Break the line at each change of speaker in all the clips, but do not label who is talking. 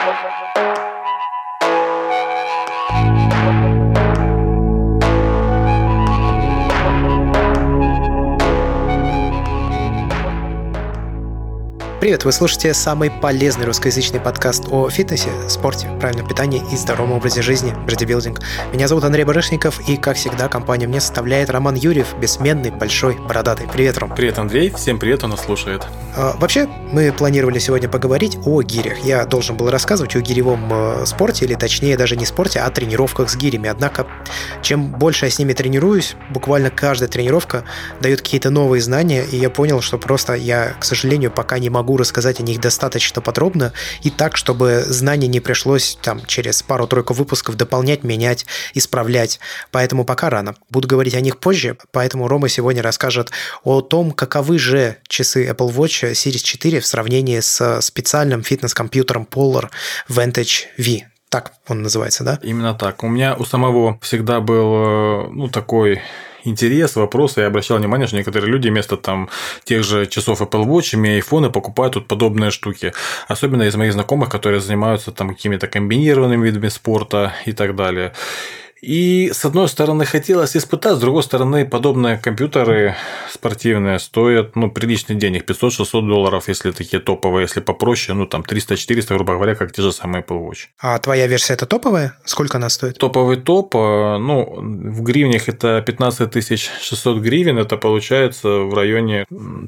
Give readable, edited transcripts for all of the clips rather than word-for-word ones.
Привет, вы слушаете самый полезный русскоязычный подкаст о фитнесе, спорте, правильном питании и здоровом образе жизни «Бодибилдинг». Меня зовут Андрей Барышников, и, как всегда, компанию мне составляет Роман Юрьев, бессменный, большой, бородатый. Привет, Ром.
Привет, Андрей. Всем привет, кто нас слушает.
Вообще, мы планировали сегодня поговорить о гирях. Я должен был рассказывать о гиревом спорте, или точнее даже не спорте, а тренировках с гирями. Однако, чем больше я с ними тренируюсь, буквально каждая тренировка дает какие-то новые знания, и я понял, что просто я, к сожалению, пока не могу рассказать о них достаточно подробно и так, чтобы знания не пришлось там через пару-тройку выпусков дополнять, менять, исправлять. Поэтому пока рано. Буду говорить о них позже, поэтому Рома сегодня расскажет о том, каковы же часы Apple Watch Series 4 в сравнении с специальным фитнес-компьютером Polar Vantage V. Так он называется, да?
Именно так. У меня у самого всегда был, такой интерес, вопросы. Я обращал внимание, что некоторые люди вместо тех же часов Apple Watch, имея айфоны, покупают тут подобные штуки. Особенно из моих знакомых, которые занимаются какими-то комбинированными видами спорта и так далее. И, с одной стороны, хотелось испытать, с другой стороны, подобные компьютеры спортивные стоят, приличных денег, $500-600, если такие топовые, если попроще, 300-400, грубо говоря, как те же самые Apple Watch.
А твоя версия – это топовая? Сколько она стоит?
Топовый топ, в гривнях это 15 600 гривен, это получается в районе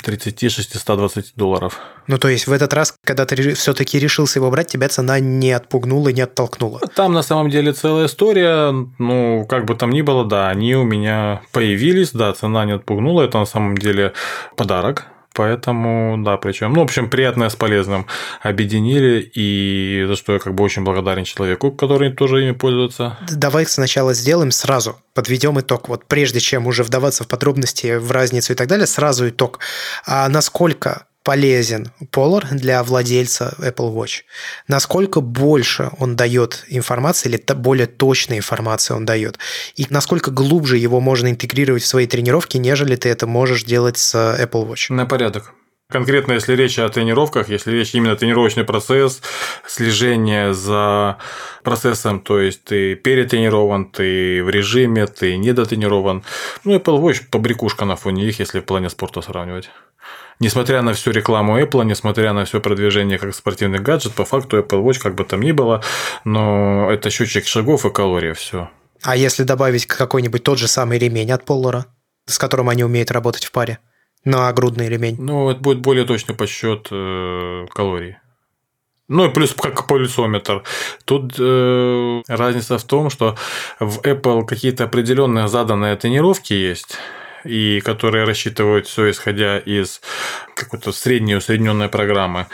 $36-120.
То есть, в этот раз, когда ты все-таки решился его брать, тебя цена не отпугнула, не оттолкнула?
Там, на самом деле, целая история. Как бы там ни было, да, они у меня появились, да, цена не отпугнула, это на самом деле подарок. Поэтому, да, причем, в общем, приятное с полезным объединили, и за что я очень благодарен человеку, который тоже ими пользуется.
Давай сначала сделаем сразу, подведем итог. Вот прежде чем уже вдаваться в подробности, в разницу и так далее, сразу итог. А насколько полезен Polar для владельца Apple Watch? Насколько больше он дает информации или более точной информации он дает? И насколько глубже его можно интегрировать в свои тренировки, нежели ты это можешь делать с Apple Watch?
На порядок. Конкретно, если речь о тренировках, если речь именно тренировочный процесс, слежение за процессом, то есть ты перетренирован, ты в режиме, ты недотренирован. Apple Watch побрякушка на фоне их, если в плане спорта сравнивать. Несмотря на всю рекламу Apple, несмотря на все продвижение как спортивный гаджет, по факту Apple Watch, как бы там ни было, но это счетчик шагов и калорий, все.
А если добавить какой-нибудь тот же самый ремень от Polar, с которым они умеют работать в паре? Нагрудный ремень.
Это будет более точный подсчет калорий. И плюс как пульсометр. Тут разница в том, что в Apple какие-то определенные заданные тренировки есть, и которые рассчитывают все исходя из какой-то средней усредненной программы.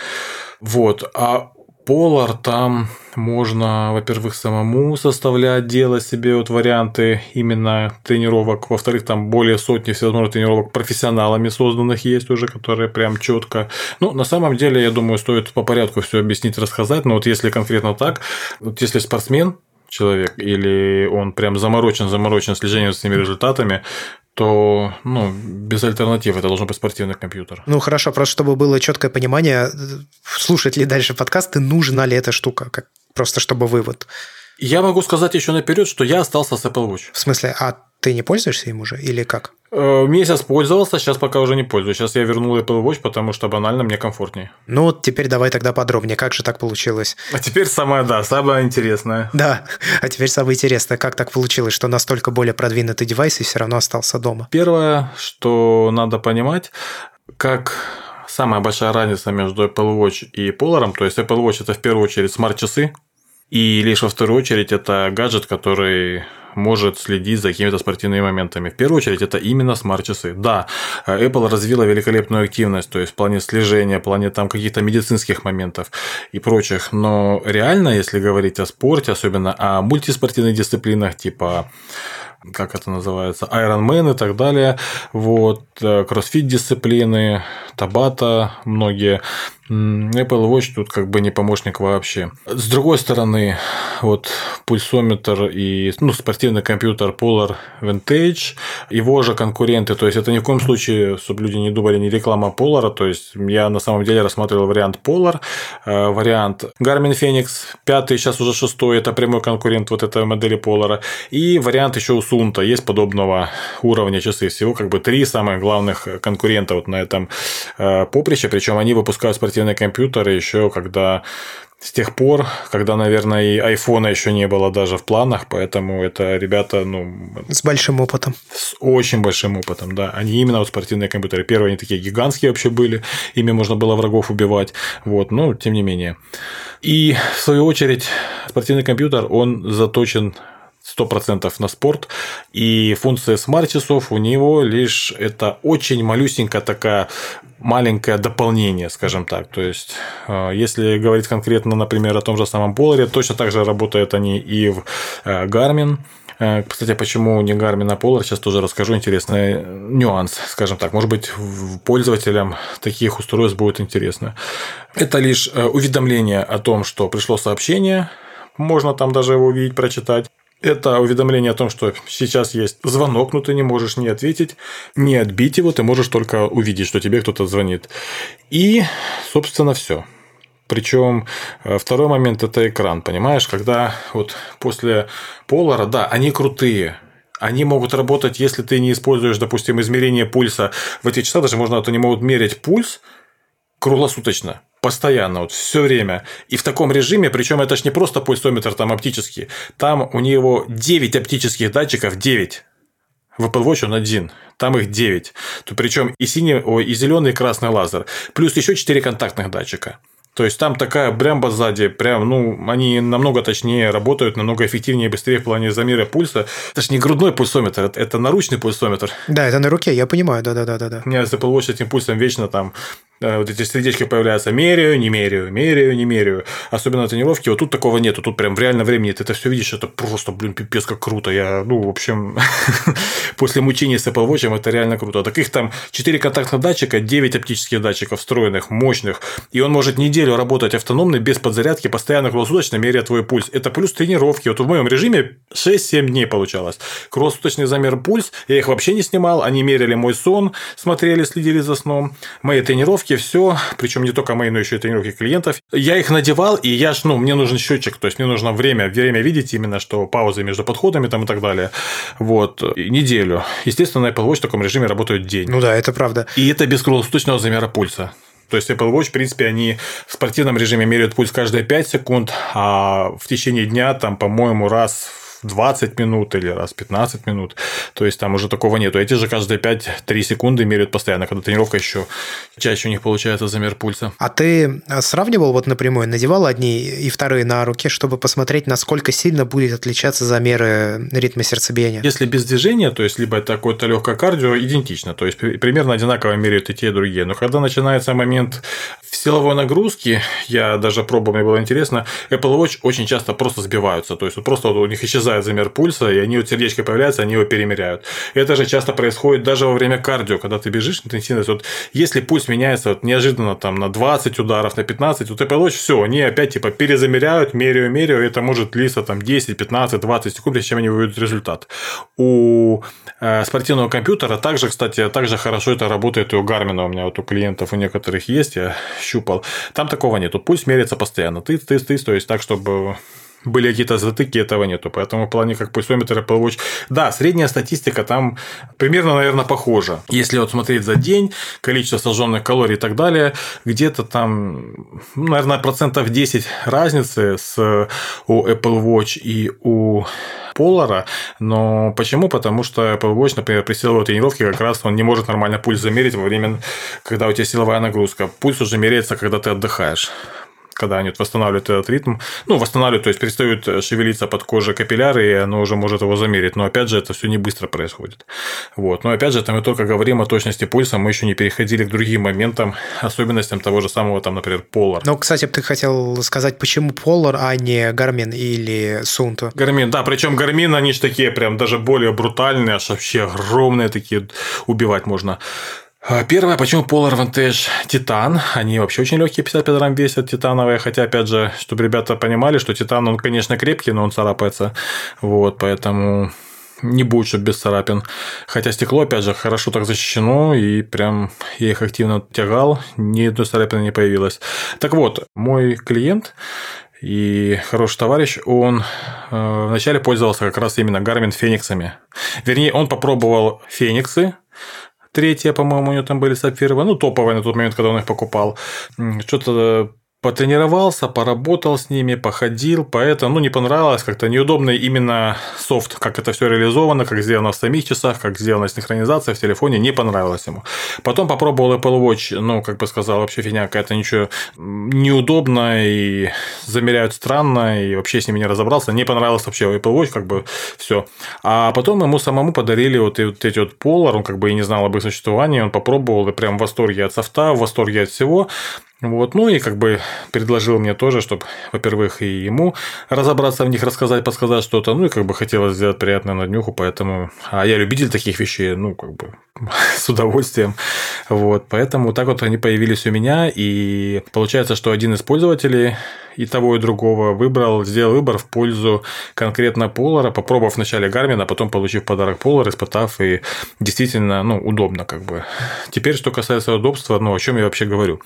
А Polar там можно, во-первых, самому составлять, делать себе варианты именно тренировок. Во-вторых, там более сотни всевозможных тренировок профессионалами созданных есть уже, которые прям четко. На самом деле, я думаю, стоит по порядку все объяснить, рассказать. Но если конкретно так, если спортсмен человек, или он прям заморочен слежением с этими результатами, то без альтернатив это должен быть спортивный компьютер.
Хорошо, просто чтобы было четкое понимание, слушать ли дальше подкасты, нужна ли эта штука, просто чтобы вывод.
Я могу сказать еще наперед, что я остался с Apple Watch.
В смысле, а ты не пользуешься им уже или как?
Месяц пользовался, сейчас пока уже не пользуюсь. Сейчас я вернул Apple Watch, потому что банально мне комфортнее.
Теперь давай тогда подробнее, как же так получилось?
А теперь самое интересное.
Да, а теперь самое интересное, как так получилось, что настолько более продвинутый девайс и все равно остался дома?
Первое, что надо понимать, как самая большая разница между Apple Watch и Polar, то есть Apple Watch – это в первую очередь смарт-часы, и лишь во вторую очередь это гаджет, который может следить за какими-то спортивными моментами. В первую очередь, это именно смарт-часы. Да, Apple развила великолепную активность, то есть в плане слежения, в плане каких-то медицинских моментов и прочих. Но реально, если говорить о спорте, особенно о мультиспортивных дисциплинах, типа как это называется, Ironman и так далее, кроссфит-дисциплины, Tabata, многие. Apple Watch тут как бы не помощник вообще. С другой стороны, вот пульсометр и спортивный компьютер Polar Vintage, его же конкуренты, то есть это ни в коем случае, чтобы люди не думали, не реклама Polar, то есть я на самом деле рассматривал вариант Polar, вариант Garmin Fenix 5, сейчас уже 6, это прямой конкурент вот этой модели Polar, и вариант еще у Suunto, есть подобного уровня часы, всего как бы 3 самых главных конкурента вот на этом поприще, причем они выпускают спортивные компьютеры еще с тех пор, когда, наверное, и айфона еще не было даже в планах, поэтому это ребята,
с большим опытом.
С очень большим опытом, да. Они именно вот спортивные компьютеры. Первые они такие гигантские вообще были, ими можно было врагов убивать, вот, но тем не менее. И, в свою очередь, спортивный компьютер, он заточен 100% на спорт, и функция смарт-часов у него лишь это очень малюсенькая такая маленькое дополнение, скажем так. То есть, если говорить конкретно, например, о том же самом Polar, точно так же работают они и в Garmin. Кстати, почему не Garmin, а Polar, сейчас тоже расскажу, интересный нюанс, скажем так. Может быть, пользователям таких устройств будет интересно. Это лишь уведомление о том, что пришло сообщение, можно там даже его увидеть, прочитать. Это уведомление о том, что сейчас есть звонок, но ты не можешь не ответить, не отбить его, ты можешь только увидеть, что тебе кто-то звонит. И, собственно, все. Причем второй момент – это экран, понимаешь, когда вот после Polar, да, они крутые. Они могут работать, если ты не используешь, допустим, измерение пульса. В эти часы даже они могут мерять пульс круглосуточно. Постоянно, вот все время. И в таком режиме, причем это ж не просто пульсометр там оптический, там у него 9 оптических датчиков, 9. В Apple Watch он один, там их 9. Причем и синий, и зеленый, и красный лазер. Плюс еще 4 контактных датчика. То есть там такая брямба сзади, прям, они намного точнее работают, намного эффективнее и быстрее в плане замера пульса. Это же не грудной пульсометр, это наручный пульсометр.
Да, это на руке, я понимаю, да.
У меня с Apple Watch с этим пульсом вечно там вот эти сердечки появляются, меряю, не меряю. Особенно на тренировке, вот тут такого нету, тут прям в реальном времени ты это все видишь, это просто, пипец, как круто. Я, в общем, после мучений с Apple Watch это реально круто. Таких там 4 контактных датчика, 9 оптических датчиков встроенных, мощных, и он может неделю работать автономно, без подзарядки, постоянно круглосуточно меряя твой пульс. Это плюс тренировки. Вот в моем режиме 6-7 дней получалось. Круглосуточный замер пульс, я их вообще не снимал, они меряли мой сон, смотрели, следили за сном, мои тренировки, все, причем не только мои, но еще и тренировки клиентов. Я их надевал, и мне нужен счетчик, то есть мне нужно время видеть именно, что паузы между подходами там и так далее. Вот, неделю. Естественно, Apple Watch в таком режиме работают день.
Ну да, это правда.
И это без круглосуточного замера пульса. То есть Apple Watch, в принципе, они в спортивном режиме меряют пульс каждые 5 секунд, а в течение дня, там, по-моему, раз в 20 минут или раз в 15 минут. То есть там уже такого нету. Эти же каждые 5-3 секунды меряют постоянно, когда тренировка еще чаще у них получается замер пульса.
А ты сравнивал вот напрямую, надевал одни и вторые на руки, чтобы посмотреть, насколько сильно будет отличаться замеры ритма сердцебиения?
Если без движения, то есть либо это какое-то легкое кардио, идентично, то есть примерно одинаково меряют и те, и другие. Но когда начинается момент силовой нагрузки, я даже пробовал, мне было интересно, Apple Watch очень часто просто сбиваются, то есть просто у них исчезает замер пульса, и они вот сердечко появляется, они его перемеряют. Это же часто происходит даже во время кардио, когда ты бежишь интенсивность. Вот если пульс меняется неожиданно там на 20 ударов, на 15, вот Apple Watch, все, они опять типа перезамеряют, меряю, и это может длиться там 10, 15, 20 секунд, прежде чем они выведут результат. У спортивного компьютера также, кстати, также хорошо это работает и у Garmin, у меня вот у клиентов, у некоторых есть, я щупал. Там такого нет, пульс меряется постоянно, тыц, то есть так, чтобы были какие-то затыки, этого нету. Поэтому в плане как пульсометр Apple Watch, да, средняя статистика там примерно, наверное, похожа. Если вот смотреть за день, количество сожженных калорий и так далее, где-то там, наверное, 10% разницы у Apple Watch и у Polar. Но почему? Потому что Apple Watch, например, при силовой тренировке как раз он не может нормально пульс замерить во время, когда у тебя силовая нагрузка. Пульс уже меряется, когда ты отдыхаешь. Когда они восстанавливают этот ритм, восстанавливают, то есть перестают шевелиться под кожей капилляры, и оно уже может его замерить. Но опять же, это все не быстро происходит. Вот. Но опять же, мы только говорим о точности пульса, мы еще не переходили к другим моментам, особенностям того же самого, там, например, Polar.
Ну, кстати, ты хотел сказать, почему Polar, а не Garmin или Suunto?
Garmin, да, причем Garmin, они же такие прям даже более брутальные, аж вообще огромные такие, убивать можно. Первое, почему Polar Vantage Titan? Они вообще очень легкие, 55 грамм весят, титановые. Хотя, опять же, чтобы ребята понимали, что Титан, он, конечно, крепкий, но он царапается. Вот, поэтому не будет, чтобы без царапин. Хотя стекло, опять же, хорошо так защищено, и прям я их активно тягал, ни одной царапины не появилось. Так вот, мой клиент и хороший товарищ, он вначале пользовался как раз именно Garmin Фениксами. Вернее, он попробовал Фениксы, третья, по-моему, у него там были сапфировые, ну, топовые на тот момент, когда он их покупал. Что-то потренировался, поработал с ними, походил, поэтому, ну, не понравилось, как-то неудобный именно софт, как это все реализовано, как сделано в самих часах, как сделана синхронизация в телефоне, не понравилось ему. Потом попробовал Apple Watch, ну, как бы сказал, вообще фигня какая-то, ничего, неудобно и замеряют странно, и вообще с ними не разобрался, не понравилось вообще Apple Watch, как бы все. А потом ему самому подарили вот эти вот Polar, он как бы и не знал об их существовании, он попробовал и прям в восторге от софта, в восторге от всего. Вот, ну и как бы предложил мне тоже, чтобы, во-первых, и ему разобраться в них, рассказать, подсказать что-то, ну и как бы хотелось сделать приятное на днюху, поэтому, а я любитель таких вещей, ну как бы с удовольствием, вот, поэтому так вот они появились у меня, и получается, что один из пользователей и того, и другого сделал выбор в пользу конкретно Polar, попробовав вначале Garmin, а потом получив подарок Polar, испытав, и действительно, ну, удобно как бы. Теперь, что касается удобства, ну, о чем я вообще говорю.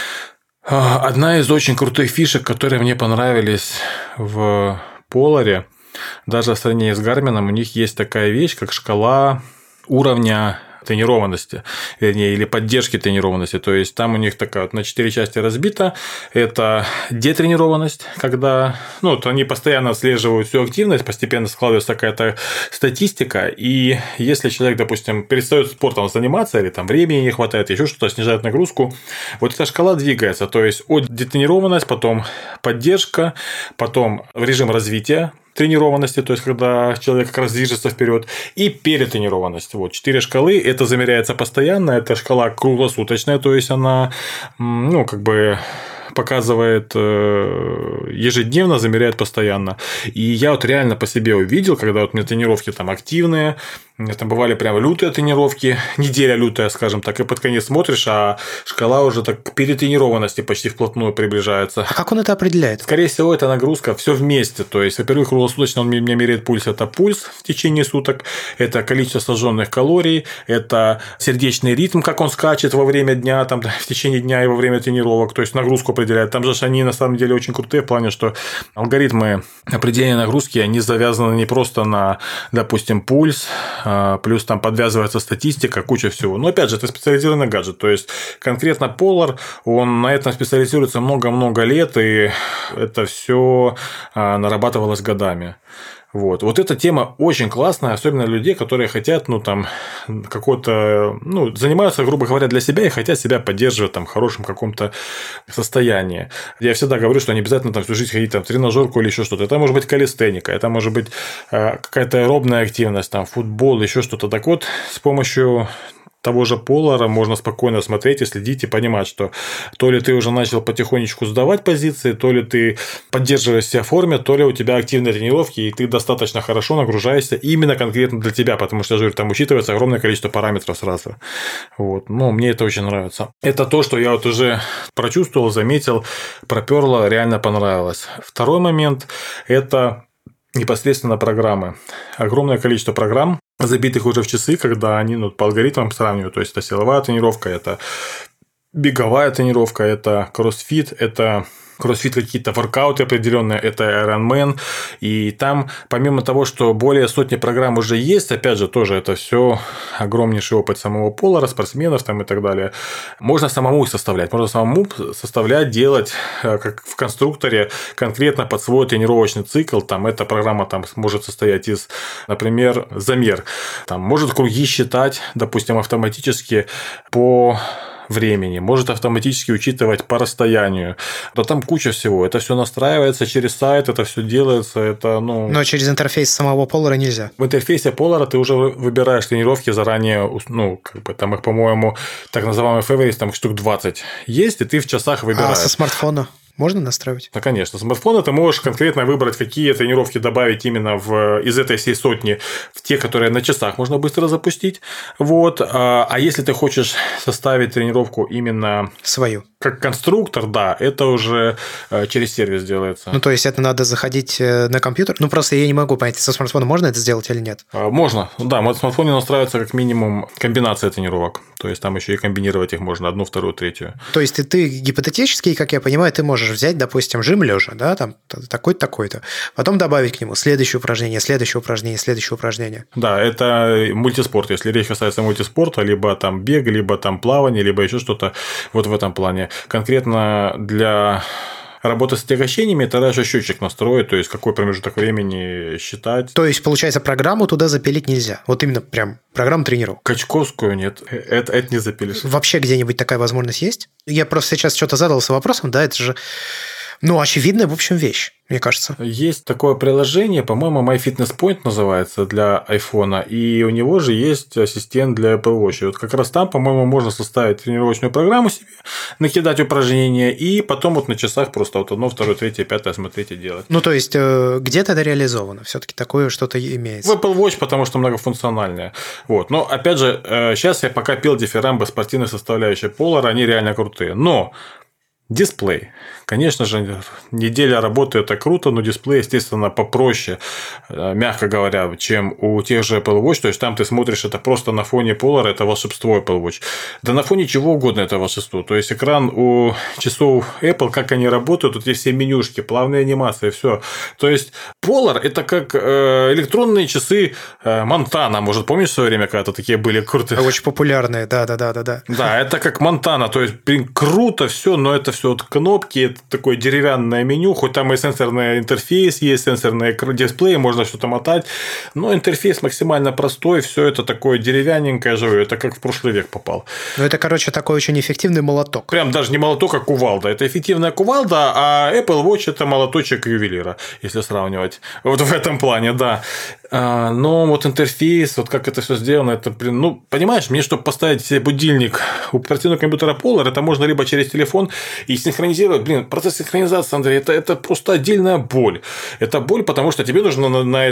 Одна из очень крутых фишек, которые мне понравились в Polar, даже в сравнении с Garmin, у них есть такая вещь, как шкала уровня тренированности, вернее, или поддержки тренированности. То есть там у них такая вот на 4 части разбита. Это детренированность, когда вот они постоянно отслеживают всю активность, постепенно складывается какая-то статистика, и если человек, допустим, перестает спортом заниматься, или там времени не хватает, еще что-то, снижает нагрузку, вот эта шкала двигается. То есть от детренированность, потом поддержка, потом режим развития тренированности, то есть когда человек как раз движется вперед, и перетренированность. Вот 4 шкалы, это замеряется постоянно, это шкала круглосуточная, то есть она, ну, как бы показывает ежедневно, замеряет постоянно. И я вот реально по себе увидел, когда вот у меня тренировки там активные, у меня там бывали прям лютые тренировки, неделя лютая, скажем так, и под конец смотришь, а шкала уже так к перетренированности почти вплотную приближается.
А как он это определяет?
Скорее всего, это нагрузка все вместе. То есть, во-первых, круглосуточно он мне меряет пульс. Это пульс в течение суток, это количество сожженных калорий, это сердечный ритм, как он скачет во время дня, там, в течение дня и во время тренировок. То есть, нагрузку определяет. Там же они на самом деле очень крутые в плане, что алгоритмы определения нагрузки, они завязаны не просто на, допустим, пульс, плюс там подвязывается статистика, куча всего. Но опять же, это специализированный гаджет. То есть, конкретно Polar, он на этом специализируется много-много лет, и это все нарабатывалось годами. Вот эта тема очень классная, особенно для людей, которые хотят, какой-то, занимаются, грубо говоря, для себя и хотят себя поддерживать там в хорошем каком-то состоянии. Я всегда говорю, что не обязательно там всю жизнь ходить там в тренажерку или еще что-то. Это может быть калистеника, это может быть какая-то аэробная активность, там футбол, еще что-то. Так вот, с помощью того же Polar можно спокойно смотреть и следить и понимать, что то ли ты уже начал потихонечку сдавать позиции, то ли ты поддерживаешь себя в форме, то ли у тебя активные тренировки, и ты достаточно хорошо нагружаешься именно конкретно для тебя, потому что, я же говорю, там учитывается огромное количество параметров сразу. Мне это очень нравится. Это то, что я уже прочувствовал, заметил, проперло, реально понравилось. Второй момент – это непосредственно программы. Огромное количество программ, забитых уже в часы, когда они по алгоритмам сравнивают. То есть, это силовая тренировка, это беговая тренировка, это кроссфит, это кроссфит какие-то воркауты определенные, это Ironman. И там, помимо того, что более сотни программ уже есть, опять же, тоже это все огромнейший опыт самого Polar, спортсменов там и так далее. Можно самому их составлять. Можно самому составлять, делать как в конструкторе конкретно под свой тренировочный цикл. Там эта программа там может состоять из, например, замер. Там может круги считать, допустим, автоматически по времени, может автоматически учитывать по расстоянию. Да там куча всего. Это все настраивается через сайт, это все делается. Это,
Но через интерфейс самого Polar нельзя.
В интерфейсе Polar ты уже выбираешь тренировки заранее, там их, по-моему, так называемый favorites, там штук 20 есть, и ты в часах выбираешь.
А со смартфона? Можно настраивать?
Ну, конечно. Смартфон ты можешь конкретно выбрать, какие тренировки добавить именно из этой всей сотни в те, которые на часах можно быстро запустить. Вот. А если ты хочешь составить тренировку именно
свою,
как конструктор, да, это уже через сервис делается.
Ну, то есть, это надо заходить на компьютер? Ну, просто я не могу понять, со смартфона можно это сделать или нет?
Можно. Да, в смартфоне настраивается как минимум комбинация тренировок. То есть, там еще и комбинировать их можно, одну, вторую, третью.
То есть, ты гипотетически, как я понимаю, ты можешь взять, допустим, жим лежа, да, там такой-то, такой-то, потом добавить к нему следующее упражнение, следующее упражнение, следующее упражнение.
Да, это мультиспорт. Если речь касается мультиспорта, либо там бег, либо там плавание, либо еще что-то вот в этом плане. Конкретно для работы с отягощениями тогда же счетчик настроить, то есть какой промежуток времени считать.
То есть, получается, программу туда запилить нельзя? Вот именно прям программу тренировок?
Качковскую нет, это не запилишь.
Вообще где-нибудь такая возможность есть? Я просто сейчас что-то задался вопросом, да, это же, ну, очевидная, в общем, вещь, мне кажется.
Есть такое приложение, по-моему, MyFitnessPoint называется, для iPhone, и у него же есть ассистент для Apple Watch. И вот как раз там, по-моему, можно составить тренировочную программу себе, накидать упражнения, и потом вот на часах просто вот 1, 2, 3, 5 смотреть и делать.
Ну, то есть, где-то это реализовано, все-таки такое что-то имеется.
В Apple Watch, потому что многофункциональное. Вот. Но, опять же, сейчас я пока пел дифирамбы спортивной составляющей Polar, они реально крутые. Но дисплей. Конечно же, неделя работы – это круто, но дисплей, естественно, попроще, мягко говоря, чем у тех же Apple Watch. То есть, там ты смотришь это просто на фоне Polar, это волшебство Apple Watch. Да на фоне чего угодно это волшебство. То есть, экран у часов Apple, как они работают, тут есть все менюшки, плавные анимации, все. То есть, Polar – это как электронные часы Montana. Может, помнишь, в свое время когда-то такие были крутые?
Очень популярные, да.
Да, это как Montana. То есть, блин, круто все, но это все вот кнопки, это такое деревянное меню, хоть там и сенсорный интерфейс есть, сенсорный дисплей, можно что-то мотать, но интерфейс максимально простой, все это такое деревянненькое живое, это как в прошлый век попал.
Ну, это, короче, такой очень эффективный молоток.
Прям даже не молоток, а кувалда. Это эффективная кувалда, а Apple Watch – это молоточек ювелира, если сравнивать. Вот в этом плане, да. Но вот интерфейс, вот как это все сделано, это, блин, ну, понимаешь, мне, чтобы поставить себе будильник у оперативного компьютера Polar, это можно либо через телефон и синхронизировать. Блин, процесс синхронизации, Андрей, это просто отдельная боль. Это боль, потому что тебе нужно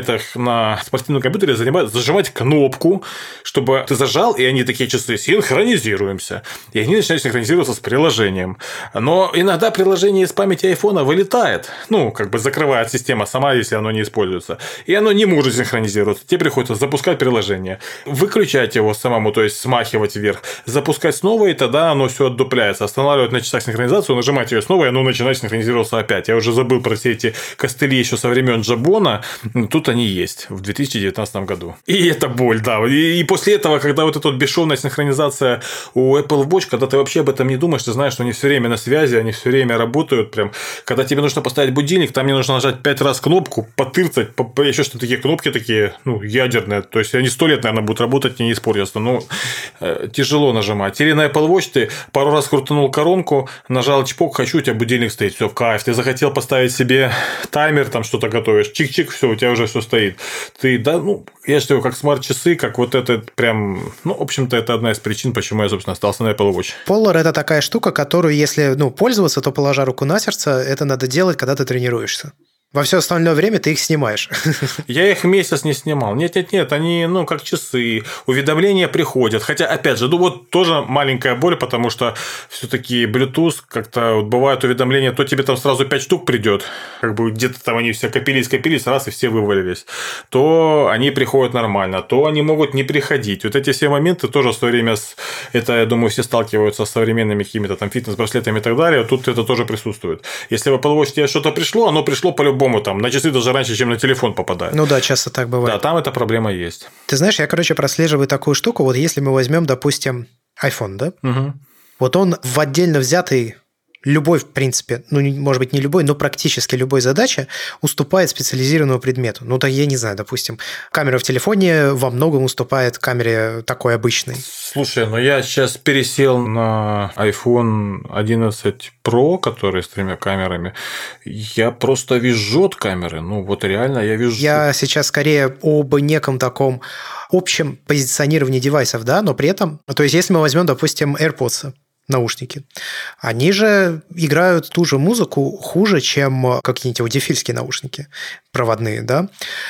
на спортивном компьютере зажимать кнопку, чтобы ты зажал, и они такие часы синхронизируемся. И они начинают синхронизироваться с приложением. Но иногда приложение из памяти айфона вылетает. Ну, как бы закрывает система сама, если оно не используется. И оно не может синхронизироваться. Тебе приходится запускать приложение, выключать его самому, то есть смахивать вверх, запускать снова, и тогда оно все отдупляется. Останавливать на часах синхронизацию, нажимать ее снова, и оно начинает синхронизироваться опять. Я уже забыл про все эти костыли еще со времен Джабона. Тут они есть в 2019 году. И это боль, да. И после этого, когда вот эта вот бесшовная синхронизация у Apple Watch, когда ты вообще об этом не думаешь, ты знаешь, что они все время на связи, они все время работают. Прям, когда тебе нужно поставить будильник, там мне нужно нажать 5 раз кнопку, потырцать, еще что-то такие кнопки такие, ну, ядерные. То есть, они 100 лет, наверное, будут работать и не испортятся. Но тяжело нажимать. Или на Apple Watch ты пару раз крутанул коронку, нажал чпок, хочу, у тебя будильник стоит, все в кайф. Ты захотел поставить себе таймер, там что-то готовишь, чик-чик, все, у тебя уже все стоит. Ты, да, ну, я считаю, как смарт-часы, как вот это прям, ну, в общем-то, это одна из причин, почему я, собственно, остался на Apple Watch.
Polar – это такая штука, которую, если, ну, пользоваться, то, положа руку на сердце, это надо делать, когда ты тренируешься. Во все остальное время ты их снимаешь.
Я их месяц не снимал. Нет, они, ну, как часы, уведомления приходят. Хотя, опять же, ну, вот тоже маленькая боль, потому что все-таки Bluetooth, как-то вот бывают уведомления, то тебе там сразу 5 штук придет, как бы где-то там они все копились, раз, и все вывалились. То они приходят нормально, то они могут не приходить. Вот эти все моменты тоже в свое время, это, я думаю, все сталкиваются с современными какими-то там фитнес-браслетами и так далее. Тут это тоже присутствует. Если в Apple Watch тебе что-то пришло, оно пришло по-любому там, на часы даже раньше, чем на телефон попадает.
Ну да, часто так бывает.
Да, там эта проблема есть.
Ты знаешь, я, короче, прослеживаю такую штуку. Вот если мы возьмем, допустим, iPhone, да?
Угу.
Вот он в отдельно взятый любой, в принципе, ну, может быть, не любой, но практически любой задаче уступает специализированному предмету. Ну, так я не знаю, допустим, камера в телефоне во многом уступает камере такой обычной.
Слушай, ну я сейчас пересел на iPhone 11 Pro, который с 3 камерами. Я просто вижу от камеры. Ну, вот реально я вижу.
Я сейчас скорее об неком таком общем позиционировании девайсов, да, но при этом, то есть, если мы возьмем, допустим, AirPods, наушники. Они же играют ту же музыку хуже, чем какие-нибудь аудиофильские наушники проводные, да,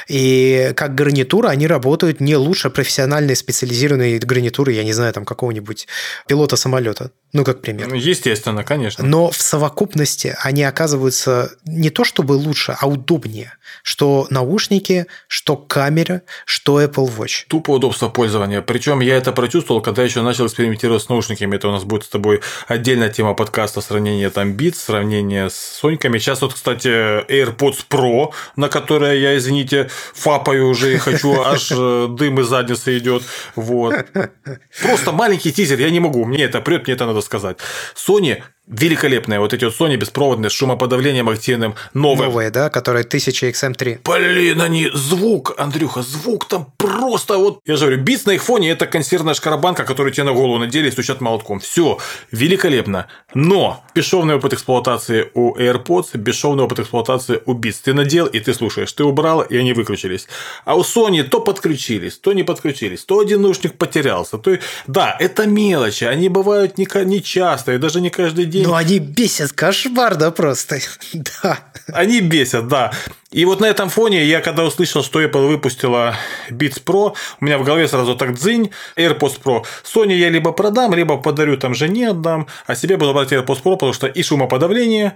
и как гарнитура они работают не лучше профессиональной специализированной гарнитуры, я не знаю, там какого-нибудь пилота самолета, ну, как пример.
Естественно, конечно.
Но в совокупности они оказываются не то чтобы лучше, а удобнее, что наушники, что камера, что Apple Watch.
Тупо удобство пользования. Причем я это прочувствовал, когда еще начал экспериментировать с наушниками. Это у нас будет с тобой отдельная тема подкаста, сравнение там Beats, сравнение с Соньками. Сейчас вот, кстати, AirPods Pro, на которые я, извините, фапаю уже и хочу, аж дым из задницы идет. Вот. Просто маленький тизер, я не могу. Мне это прет, мне это надо сказать. Sony великолепные. Вот эти вот Sony беспроводные с шумоподавлением активным.
Новые, да, которые 1000 XM3.
Блин, они звук, Андрюха, звук там просто вот... Я же говорю, Beats на их фоне – это консервная шкарабанка, которую тебе на голову надели и стучат молотком. Все великолепно. Но бесшовный опыт эксплуатации у AirPods, бесшовный опыт эксплуатации у Beats. Ты надел, и ты слушаешь. Ты убрал, и они выключились. А у Sony то подключились, то не подключились, то один наушник потерялся. То... Да, это мелочи. Они бывают не часто, и даже не каждый день.
Ну, они бесят, кошмар, да, просто. Да.
Они бесят, да. И вот на этом фоне я, когда услышал, что Apple выпустила Beats Pro, у меня в голове сразу так дзынь, AirPods Pro. Sony я либо продам, либо подарю там жене отдам, а себе буду брать AirPods Pro, потому что и шумоподавление,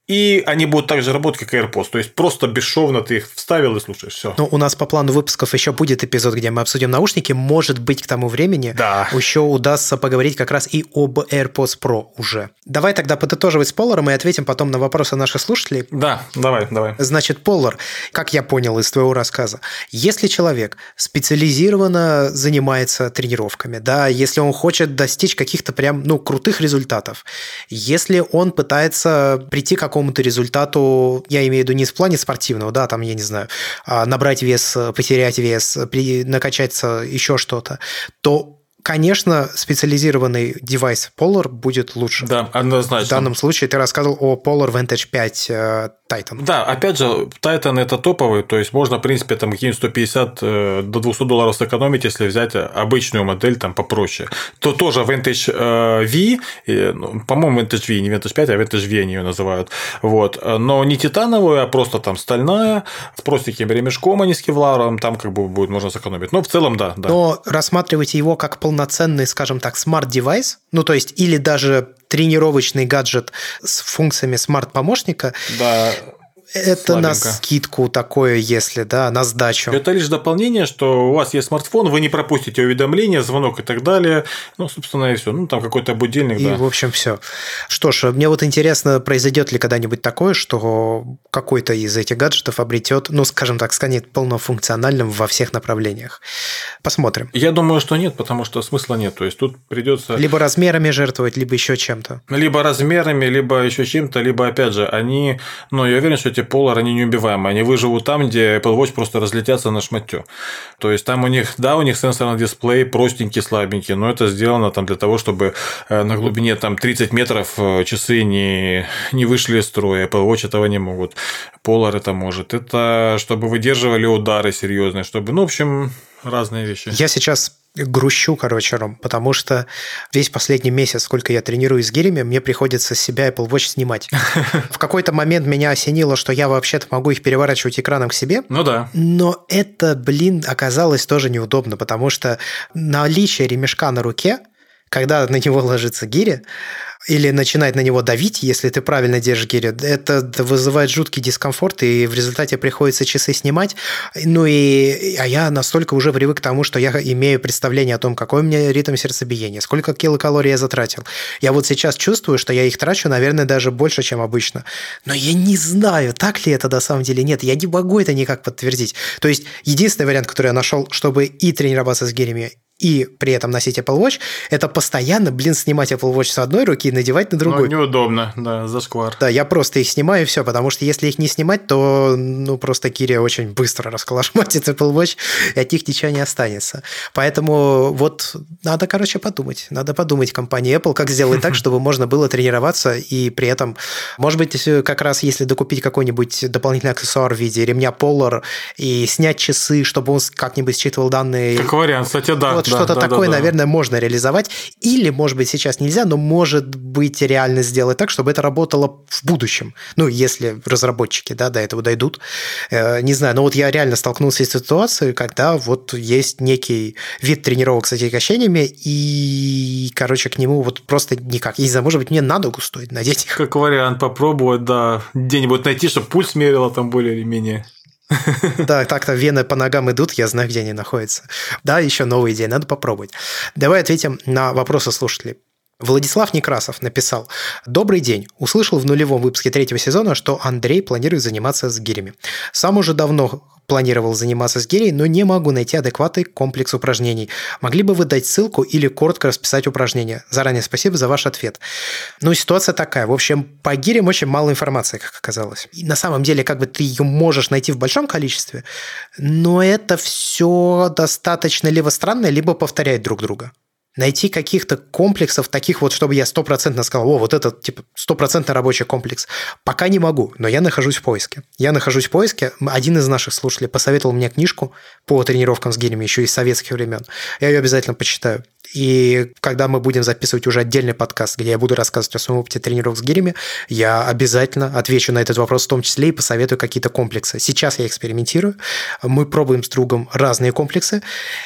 и они будут так же работать, как AirPods. То есть, просто бесшовно ты их вставил и слушаешь. Все.
Ну, у нас по плану выпусков еще будет эпизод, где мы обсудим наушники. Может быть, к тому времени еще удастся поговорить как раз и об AirPods Pro уже. Давай тогда подытоживать с Поларом и ответим потом на вопросы наших слушателей.
Да, давай.
Значит, Полар, как я понял из твоего рассказа, если человек специализированно занимается тренировками, да, если он хочет достичь каких-то прям, крутых результатов, если он пытается прийти к какому-то результату, я имею в виду не в плане спортивного, да, там, я не знаю, набрать вес, потерять вес, накачаться, еще что-то, то, конечно, специализированный девайс Polar будет лучше.
Да, однозначно.
В данном случае ты рассказывал о Polar Vantage 5 Titan.
Да, опять же, Titan это топовый, то есть можно, в принципе, там какие-нибудь 150 до $200 сэкономить, если взять обычную модель там попроще. То тоже Vantage V, по-моему, Vantage V, не Vantage 5, а Vantage V они ее называют. Вот. Но не титановую, а просто там стальная, с простеньким ремешком, а не с кевларом, там как бы будет можно сэкономить. Но в целом, да.
Но рассматривайте его как полноценный, скажем так, смарт-девайс, то есть или даже тренировочный гаджет с функциями смарт-помощника,
да,
это
слабенько.
На скидку такое, если, да, на сдачу.
Это лишь дополнение, что у вас есть смартфон, вы не пропустите уведомления, звонок и так далее. Собственно, и все. Там какой-то будильник,
и, в общем, все. Что ж, мне вот интересно, произойдет ли когда-нибудь такое, что какой-то из этих гаджетов обретет, скажем так, станет полнофункциональным во всех направлениях. Посмотрим.
Я думаю, что нет, потому что смысла нет. То есть, тут придется
либо размерами жертвовать, либо еще чем-то.
Либо размерами, либо еще чем-то, либо, опять же, они, я уверен, что эти Polar, они неубиваемы. Они выживут там, где Apple Watch просто разлетятся на шматё. То есть, там у них сенсорный дисплей простенький, слабенький, но это сделано там для того, чтобы на глубине там 30 метров часы не вышли из строя. Apple Watch этого не могут. Polar это может. Это чтобы выдерживали удары серьезные, чтобы, в общем, разные вещи.
Я сейчас грущу, Ром, потому что весь последний месяц, сколько я тренируюсь с гирями, мне приходится с себя Apple Watch снимать. В какой-то момент меня осенило, что я вообще-то могу их переворачивать экраном к себе.
Да.
Но это, оказалось тоже неудобно, потому что наличие ремешка на руке, когда на него ложится гиря, или начинает на него давить, если ты правильно держишь гирю, это вызывает жуткий дискомфорт, и в результате приходится часы снимать. А я настолько уже привык к тому, что я имею представление о том, какой у меня ритм сердцебиения, сколько килокалорий я затратил. Я вот сейчас чувствую, что я их трачу, наверное, даже больше, чем обычно. Но я не знаю, так ли это на самом деле нет. Я не могу это никак подтвердить. То есть, единственный вариант, который я нашел, чтобы и тренироваться с гирями, и при этом носить Apple Watch, это постоянно, снимать Apple Watch с одной руки и надевать на другую.
Неудобно, да, зашквар.
Да, я просто их снимаю, и все, потому что если их не снимать, то, просто гиря очень быстро расколошматит Apple Watch, и от них ничего не останется. Поэтому вот надо, подумать. Надо подумать компании Apple, как сделать так, чтобы можно было тренироваться, и при этом, может быть, как раз если докупить какой-нибудь дополнительный аксессуар в виде ремня Polar и снять часы, чтобы он как-нибудь считывал данные.
Как вариант, кстати, да.
что-то такое, наверное, можно реализовать. Или, может быть, сейчас нельзя, но может быть реально сделать так, чтобы это работало в будущем. Ну, если разработчики, да, до этого дойдут. Не знаю, но вот я реально столкнулся с ситуацией, когда вот есть некий вид тренировок с отягощениями, и, короче, к нему вот просто никак. И, не знаю, может быть, мне на ногу стоит надеть их.
Как вариант попробовать, да, где-нибудь найти, чтобы пульс мерило там более или менее.
Да, так-то вены по ногам идут, я знаю, где они находятся. Да, еще новая идея, надо попробовать. Давай ответим на вопросы слушателей. Владислав Некрасов написал: «Добрый день. Услышал в нулевом выпуске 3-го сезона, что Андрей планирует заниматься с гирями. Сам уже давно планировал заниматься с гирей, но не могу найти адекватный комплекс упражнений. Могли бы вы дать ссылку или коротко расписать упражнения? Заранее спасибо за ваш ответ». Ну, ситуация такая. В общем, по гирям очень мало информации, как оказалось. И на самом деле, как бы ты ее можешь найти в большом количестве, но это все достаточно либо странно, либо повторяет друг друга. Найти каких-то комплексов таких вот, чтобы я 100% сказал: о, вот этот, типа, 100% рабочий комплекс. Пока не могу, но я нахожусь в поиске. Один из наших слушателей посоветовал мне книжку по тренировкам с гирями еще из советских времен. Я ее обязательно почитаю. И когда мы будем записывать уже отдельный подкаст, где я буду рассказывать о своем опыте тренировок с гирями, я обязательно отвечу на этот вопрос в том числе и посоветую какие-то комплексы. Сейчас я экспериментирую, мы пробуем с другом разные комплексы.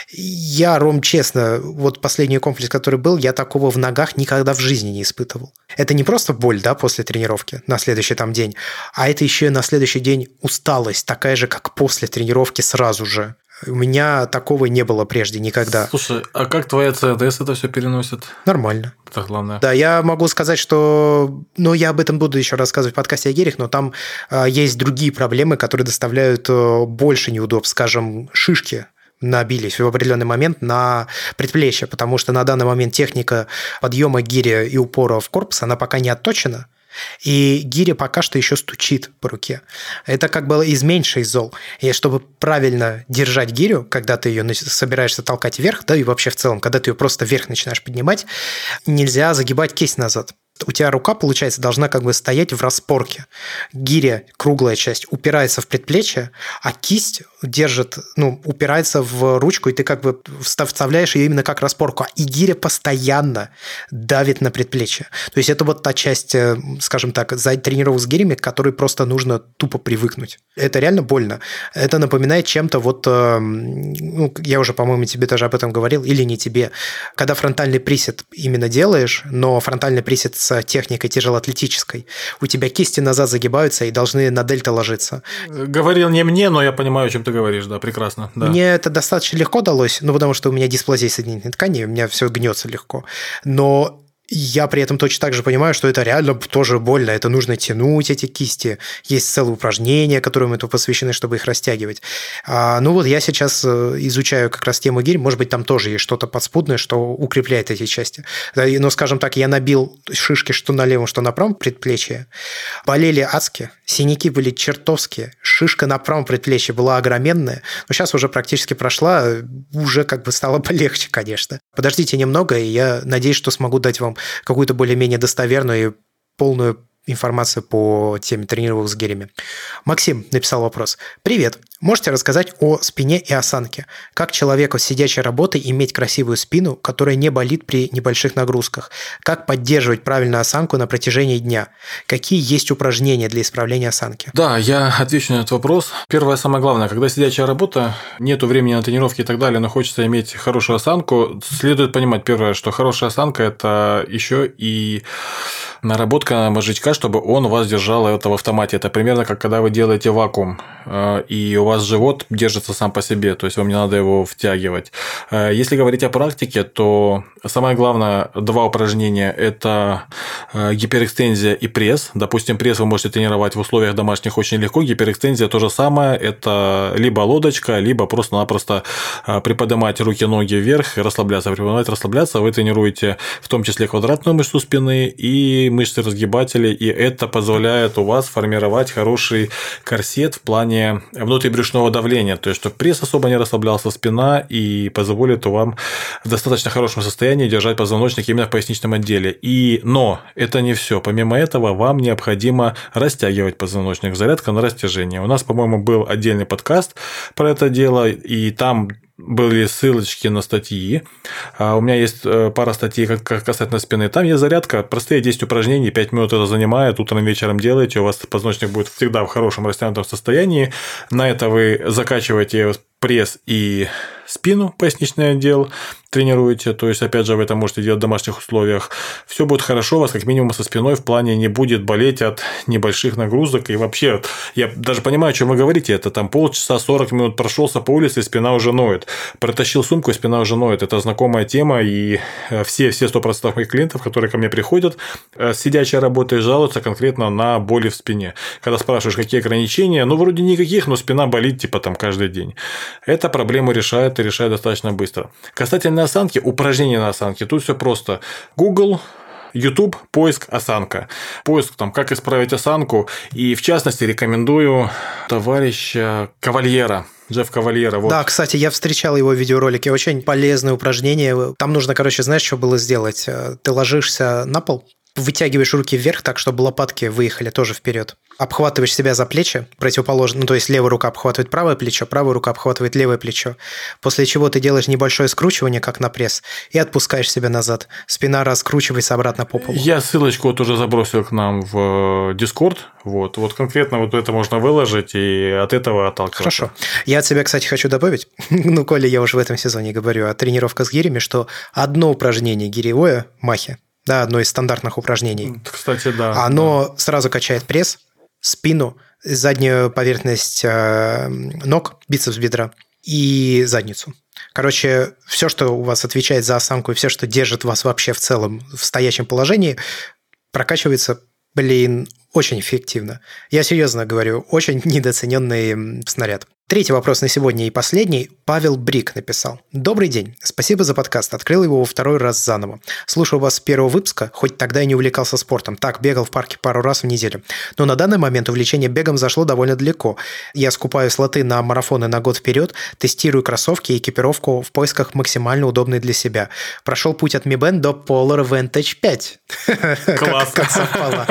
Я, Ром, честно, вот последний комплекс, который был, я такого в ногах никогда в жизни не испытывал. Это не просто боль, да, после тренировки на следующий там день, а это еще и на следующий день усталость, такая же, как после тренировки сразу же. У меня такого не было прежде никогда.
Слушай, а как твоя ЦДС это все переносит?
Нормально.
Это главное.
Да, я могу сказать, что... Ну, я об этом буду еще рассказывать в подкасте о гирях, но там есть другие проблемы, которые доставляют больше неудобств. Скажем, шишки набились в определенный момент на предплечье, потому что на данный момент техника подъема гири и упора в корпус, она пока не отточена, и гиря пока что еще стучит по руке. Это как бы из меньшей зол. И чтобы правильно держать гирю, когда ты ее собираешься толкать вверх, да и вообще в целом, когда ты ее просто вверх начинаешь поднимать, нельзя загибать кисть назад. У тебя рука, получается, должна как бы стоять в распорке. Гиря, круглая часть, упирается в предплечье, а кисть держит, упирается в ручку, и ты как бы вставляешь ее именно как распорку. И гиря постоянно давит на предплечье. То есть это вот та часть, скажем так, за тренировок с гирями, к которой просто нужно тупо привыкнуть. Это реально больно. Это напоминает чем-то вот, я уже, по-моему, тебе даже об этом говорил, или не тебе, когда фронтальный присед именно делаешь, но фронтальный присед с техникой тяжелоатлетической, у тебя кисти назад загибаются и должны на дельта ложиться.
Говорил не мне, но я понимаю, о чем ты говоришь, да, прекрасно. Да.
Мне это достаточно легко далось, потому что у меня дисплазия соединительной ткани, у меня все гнется легко. Но я при этом точно так же понимаю, что это реально тоже больно, это нужно тянуть эти кисти. Есть целые упражнения, которым это посвящены, чтобы их растягивать. Я сейчас изучаю как раз тему гирь, может быть, там тоже есть что-то подспудное, что укрепляет эти части. Но, скажем так, я набил шишки что на левом, что на правом предплечье. Болели адски, синяки были чертовские, шишка на правом предплечье была огроменная, но сейчас уже практически прошла, уже как бы стало полегче, конечно. Подождите немного, и я надеюсь, что смогу дать вам какую-то более-менее достоверную и полную информацию по теме тренировок с гирями. Максим написал вопрос. Привет. Можете рассказать о спине и осанке? Как человеку с сидячей работой иметь красивую спину, которая не болит при небольших нагрузках? Как поддерживать правильную осанку на протяжении дня? Какие есть упражнения для исправления осанки?
Да, я отвечу на этот вопрос. Первое, самое главное, когда сидячая работа, нету времени на тренировки и так далее, но хочется иметь хорошую осанку, следует понимать, первое, что хорошая осанка – это еще и наработка мозжечка, чтобы он у вас держал это в автомате. Это примерно как когда вы делаете вакуум, и у вас живот держится сам по себе, то есть вам не надо его втягивать. Если говорить о практике, то самое главное, 2 упражнения – это гиперэкстензия и пресс. Допустим, пресс вы можете тренировать в условиях домашних очень легко, гиперэкстензия то же самое, это либо лодочка, либо просто-напросто приподнимать руки-ноги вверх и расслабляться. Приподнимать, расслабляться, вы тренируете в том числе квадратную мышцу спины и мышцы разгибателей, и это позволяет у вас формировать хороший корсет в плане внутрибрюшного давления, то есть чтобы пресс особо не расслаблялся, спина, и позволит вам в достаточно хорошем состоянии держать позвоночник именно в поясничном отделе. Но это не все. Помимо этого, вам необходимо растягивать позвоночник, зарядка на растяжение. У нас, по-моему, был отдельный подкаст про это дело, и там были ссылочки на статьи. У меня есть пара статей касательно спины. Там есть зарядка, простые 10 упражнений, 5 минут это занимает, утром, вечером делаете, у вас позвоночник будет всегда в хорошем растянутом состоянии. На это вы закачиваете пресс и спину, поясничный отдел, тренируете, то есть, опять же, вы это можете делать в домашних условиях. Все будет хорошо, у вас как минимум со спиной в плане не будет болеть от небольших нагрузок. И вообще, я даже понимаю, о чем вы говорите, это там полчаса, 40 минут прошелся по улице, и спина уже ноет. Протащил сумку, и спина уже ноет. Это знакомая тема, и все 100% моих клиентов, которые ко мне приходят, сидячие работы, жалуются конкретно на боли в спине. Когда спрашиваешь, какие ограничения, ну, вроде никаких, но спина болит, типа, там, каждый день. Эта проблему решает и решает достаточно быстро. Касательно осанки, упражнения на осанке, тут все просто. Google, YouTube, поиск осанка. Поиск, там, как исправить осанку. И, в частности, рекомендую товарища Кавальера. Джефф Кавальера. Вот.
Да, кстати, я встречал его видеоролики. Очень полезные упражнения. Там нужно, знаешь, что было сделать? Ты ложишься на пол, вытягиваешь руки вверх так, чтобы лопатки выехали тоже вперед. Обхватываешь себя за плечи, противоположно, то есть левая рука обхватывает правое плечо, правая рука обхватывает левое плечо. После чего ты делаешь небольшое скручивание, как на пресс, и отпускаешь себя назад. Спина раскручивается обратно по полу.
Я ссылочку вот уже забросил к нам в Discord. Вот конкретно вот это можно выложить и от этого отталкиваться.
Хорошо. Я от себя, кстати, хочу добавить, коли я уже в этом сезоне говорю о тренировках с гирями, что одно упражнение гиревое, махи, да, одно из стандартных упражнений.
Кстати, да.
Оно сразу качает пресс, спину, заднюю поверхность ног, бицепс бедра и задницу. Короче, все, что у вас отвечает за осанку, и все, что держит вас вообще в целом в стоячем положении, прокачивается, очень эффективно. Я серьезно говорю, очень недооцененный снаряд. Третий вопрос на сегодня и последний. Павел Брик написал. Добрый день. Спасибо за подкаст. Открыл его во второй раз заново. Слушаю вас с первого выпуска, хоть тогда и не увлекался спортом. Так, бегал в парке пару раз в неделю. Но на данный момент увлечение бегом зашло довольно далеко. Я скупаю слоты на марафоны на год вперед, тестирую кроссовки и экипировку в поисках максимально удобной для себя. Прошел путь от Mi Band до Polar Vantage 5.
Класс.
Как совпало.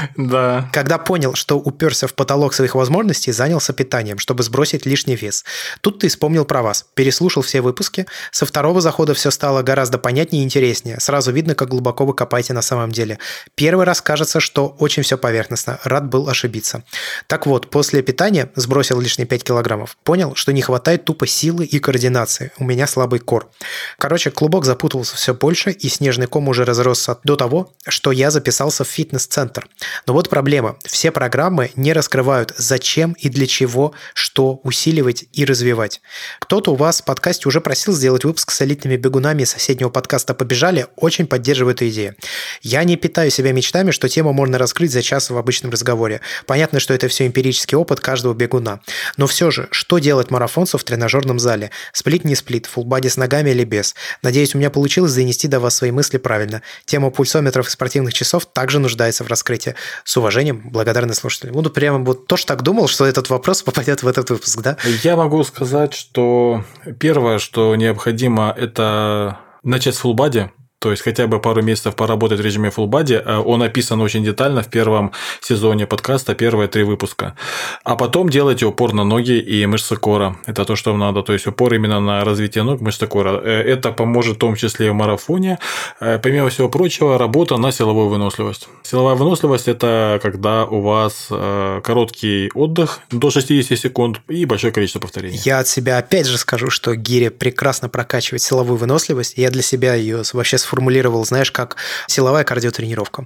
Да.
Когда понял, что уперся в потолок своих возможностей, занялся питанием, чтобы сбросить лишний вес. Тут ты вспомнил про вас. Переслушал все выпуски. Со второго захода все стало гораздо понятнее и интереснее. Сразу видно, как глубоко вы копаете на самом деле. Первый раз кажется, что очень все поверхностно. Рад был ошибиться. Так вот, после питания сбросил лишние 5 килограммов. Понял, что не хватает тупо силы и координации. У меня слабый кор. Короче, клубок запутывался все больше, и снежный ком уже разросся до того, что я записался в фитнес-центр. Но вот проблема. Все программы не раскрывают, зачем и для чего, что усиливать и развивать. Кто-то у вас в подкасте уже просил сделать выпуск с элитными бегунами из соседнего подкаста «Побежали». Очень поддерживаю эту идею. Я не питаю себя мечтами, что тему можно раскрыть за час в обычном разговоре. Понятно, что это все эмпирический опыт каждого бегуна. Но все же, что делать марафонцу в тренажерном зале? Сплит, не сплит, фулл-бади с ногами или без? Надеюсь, у меня получилось донести до вас свои мысли правильно. Тема пульсометров и спортивных часов также нуждается в раскрытии. С уважением, благодарный слушатель. Буду прямо вот тоже так думал, что этот вопрос попадет в этот выпуск, да?
Я могу сказать, что первое, что необходимо, это начать с фулл-бади. То есть хотя бы пару месяцев поработать в режиме full body. Он описан очень детально в первом сезоне подкаста, первые 3 выпуска. А потом делайте упор на ноги и мышцы кора. Это то, что вам надо. То есть упор именно на развитие ног, мышцы кора. Это поможет в том числе и в марафоне. Помимо всего прочего, работа на силовую выносливость. Силовая выносливость – это когда у вас короткий отдых до 60 секунд и большое количество повторений.
Я от себя опять же скажу, что гиря прекрасно прокачивает силовую выносливость. Я для себя ее вообще сформулировал, знаешь, как силовая кардиотренировка.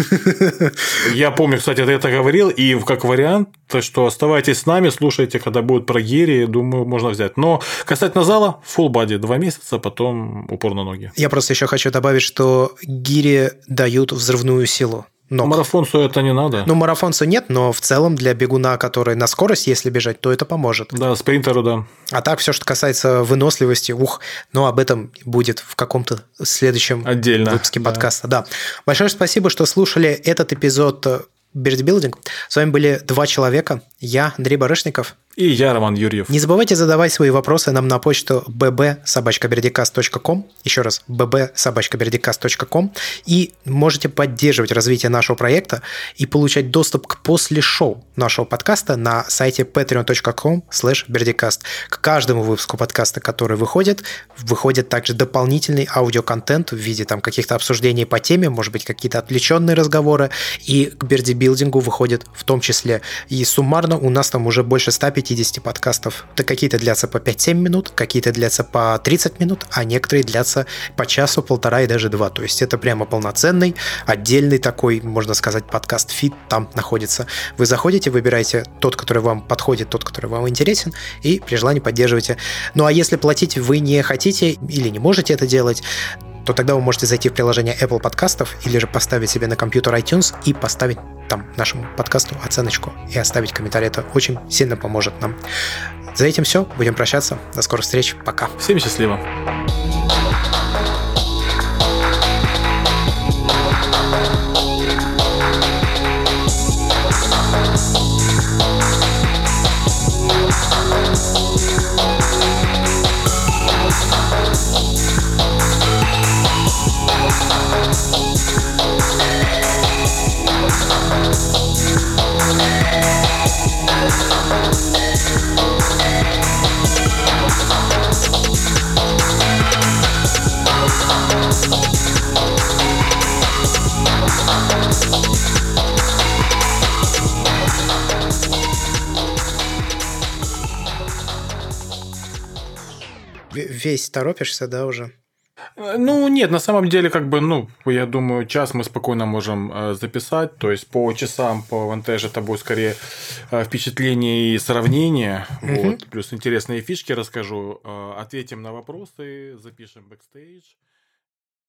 Я помню, кстати, ты это говорил, и как вариант, что оставайтесь с нами, слушайте, когда будут про гири, думаю, можно взять. Но касательно зала, full body 2 месяца, потом упор на ноги.
Я просто еще хочу добавить, что гири дают взрывную силу. Ног.
Марафонцу это не надо.
Ну, марафонцу нет, но в целом для бегуна, который на скорость, если бежать, то это поможет.
Да, спринтеру, да.
А так, все, что касается выносливости, но об этом будет в каком-то следующем выпуске подкаста. Да. Большое спасибо, что слушали этот эпизод Bird Building. С вами были 2 человека. Я, Андрей Барышников.
И я, Роман Юрьев.
Не забывайте задавать свои вопросы нам на почту bb@berdicast.com. Еще раз, bb@berdicast.com. И можете поддерживать развитие нашего проекта и получать доступ к после шоу нашего подкаста на сайте patreon.com/berdicast. К каждому выпуску подкаста, который выходит также дополнительный аудиоконтент в виде там каких-то обсуждений по теме, может быть, какие-то отвлеченные разговоры. И к бердибилдингу выходит в том числе. И суммарно у нас там уже больше 150 подкастов. Да, какие-то длятся по 5-7 минут, какие-то длятся по 30 минут, а некоторые длятся по часу, полтора и даже два. То есть это прямо полноценный, отдельный такой, можно сказать, подкаст-фид там находится. Вы заходите, выбираете тот, который вам подходит, тот, который вам интересен, и при желании поддерживаете. Ну а если платить вы не хотите или не можете это делать, то тогда вы можете зайти в приложение Apple подкастов или же поставить себе на компьютер iTunes и поставить там нашему подкасту оценочку и оставить комментарий. Это очень сильно поможет нам. За этим все. Будем прощаться. До скорых встреч. Пока.
Всем счастливо.
Весь торопишься, да, уже?
Ну, нет, на самом деле, я думаю, час мы спокойно можем записать. То есть, по часам, по вантаже это будет скорее впечатление и сравнение. Вот. Плюс интересные фишки расскажу. Ответим на вопросы, запишем бэкстейдж.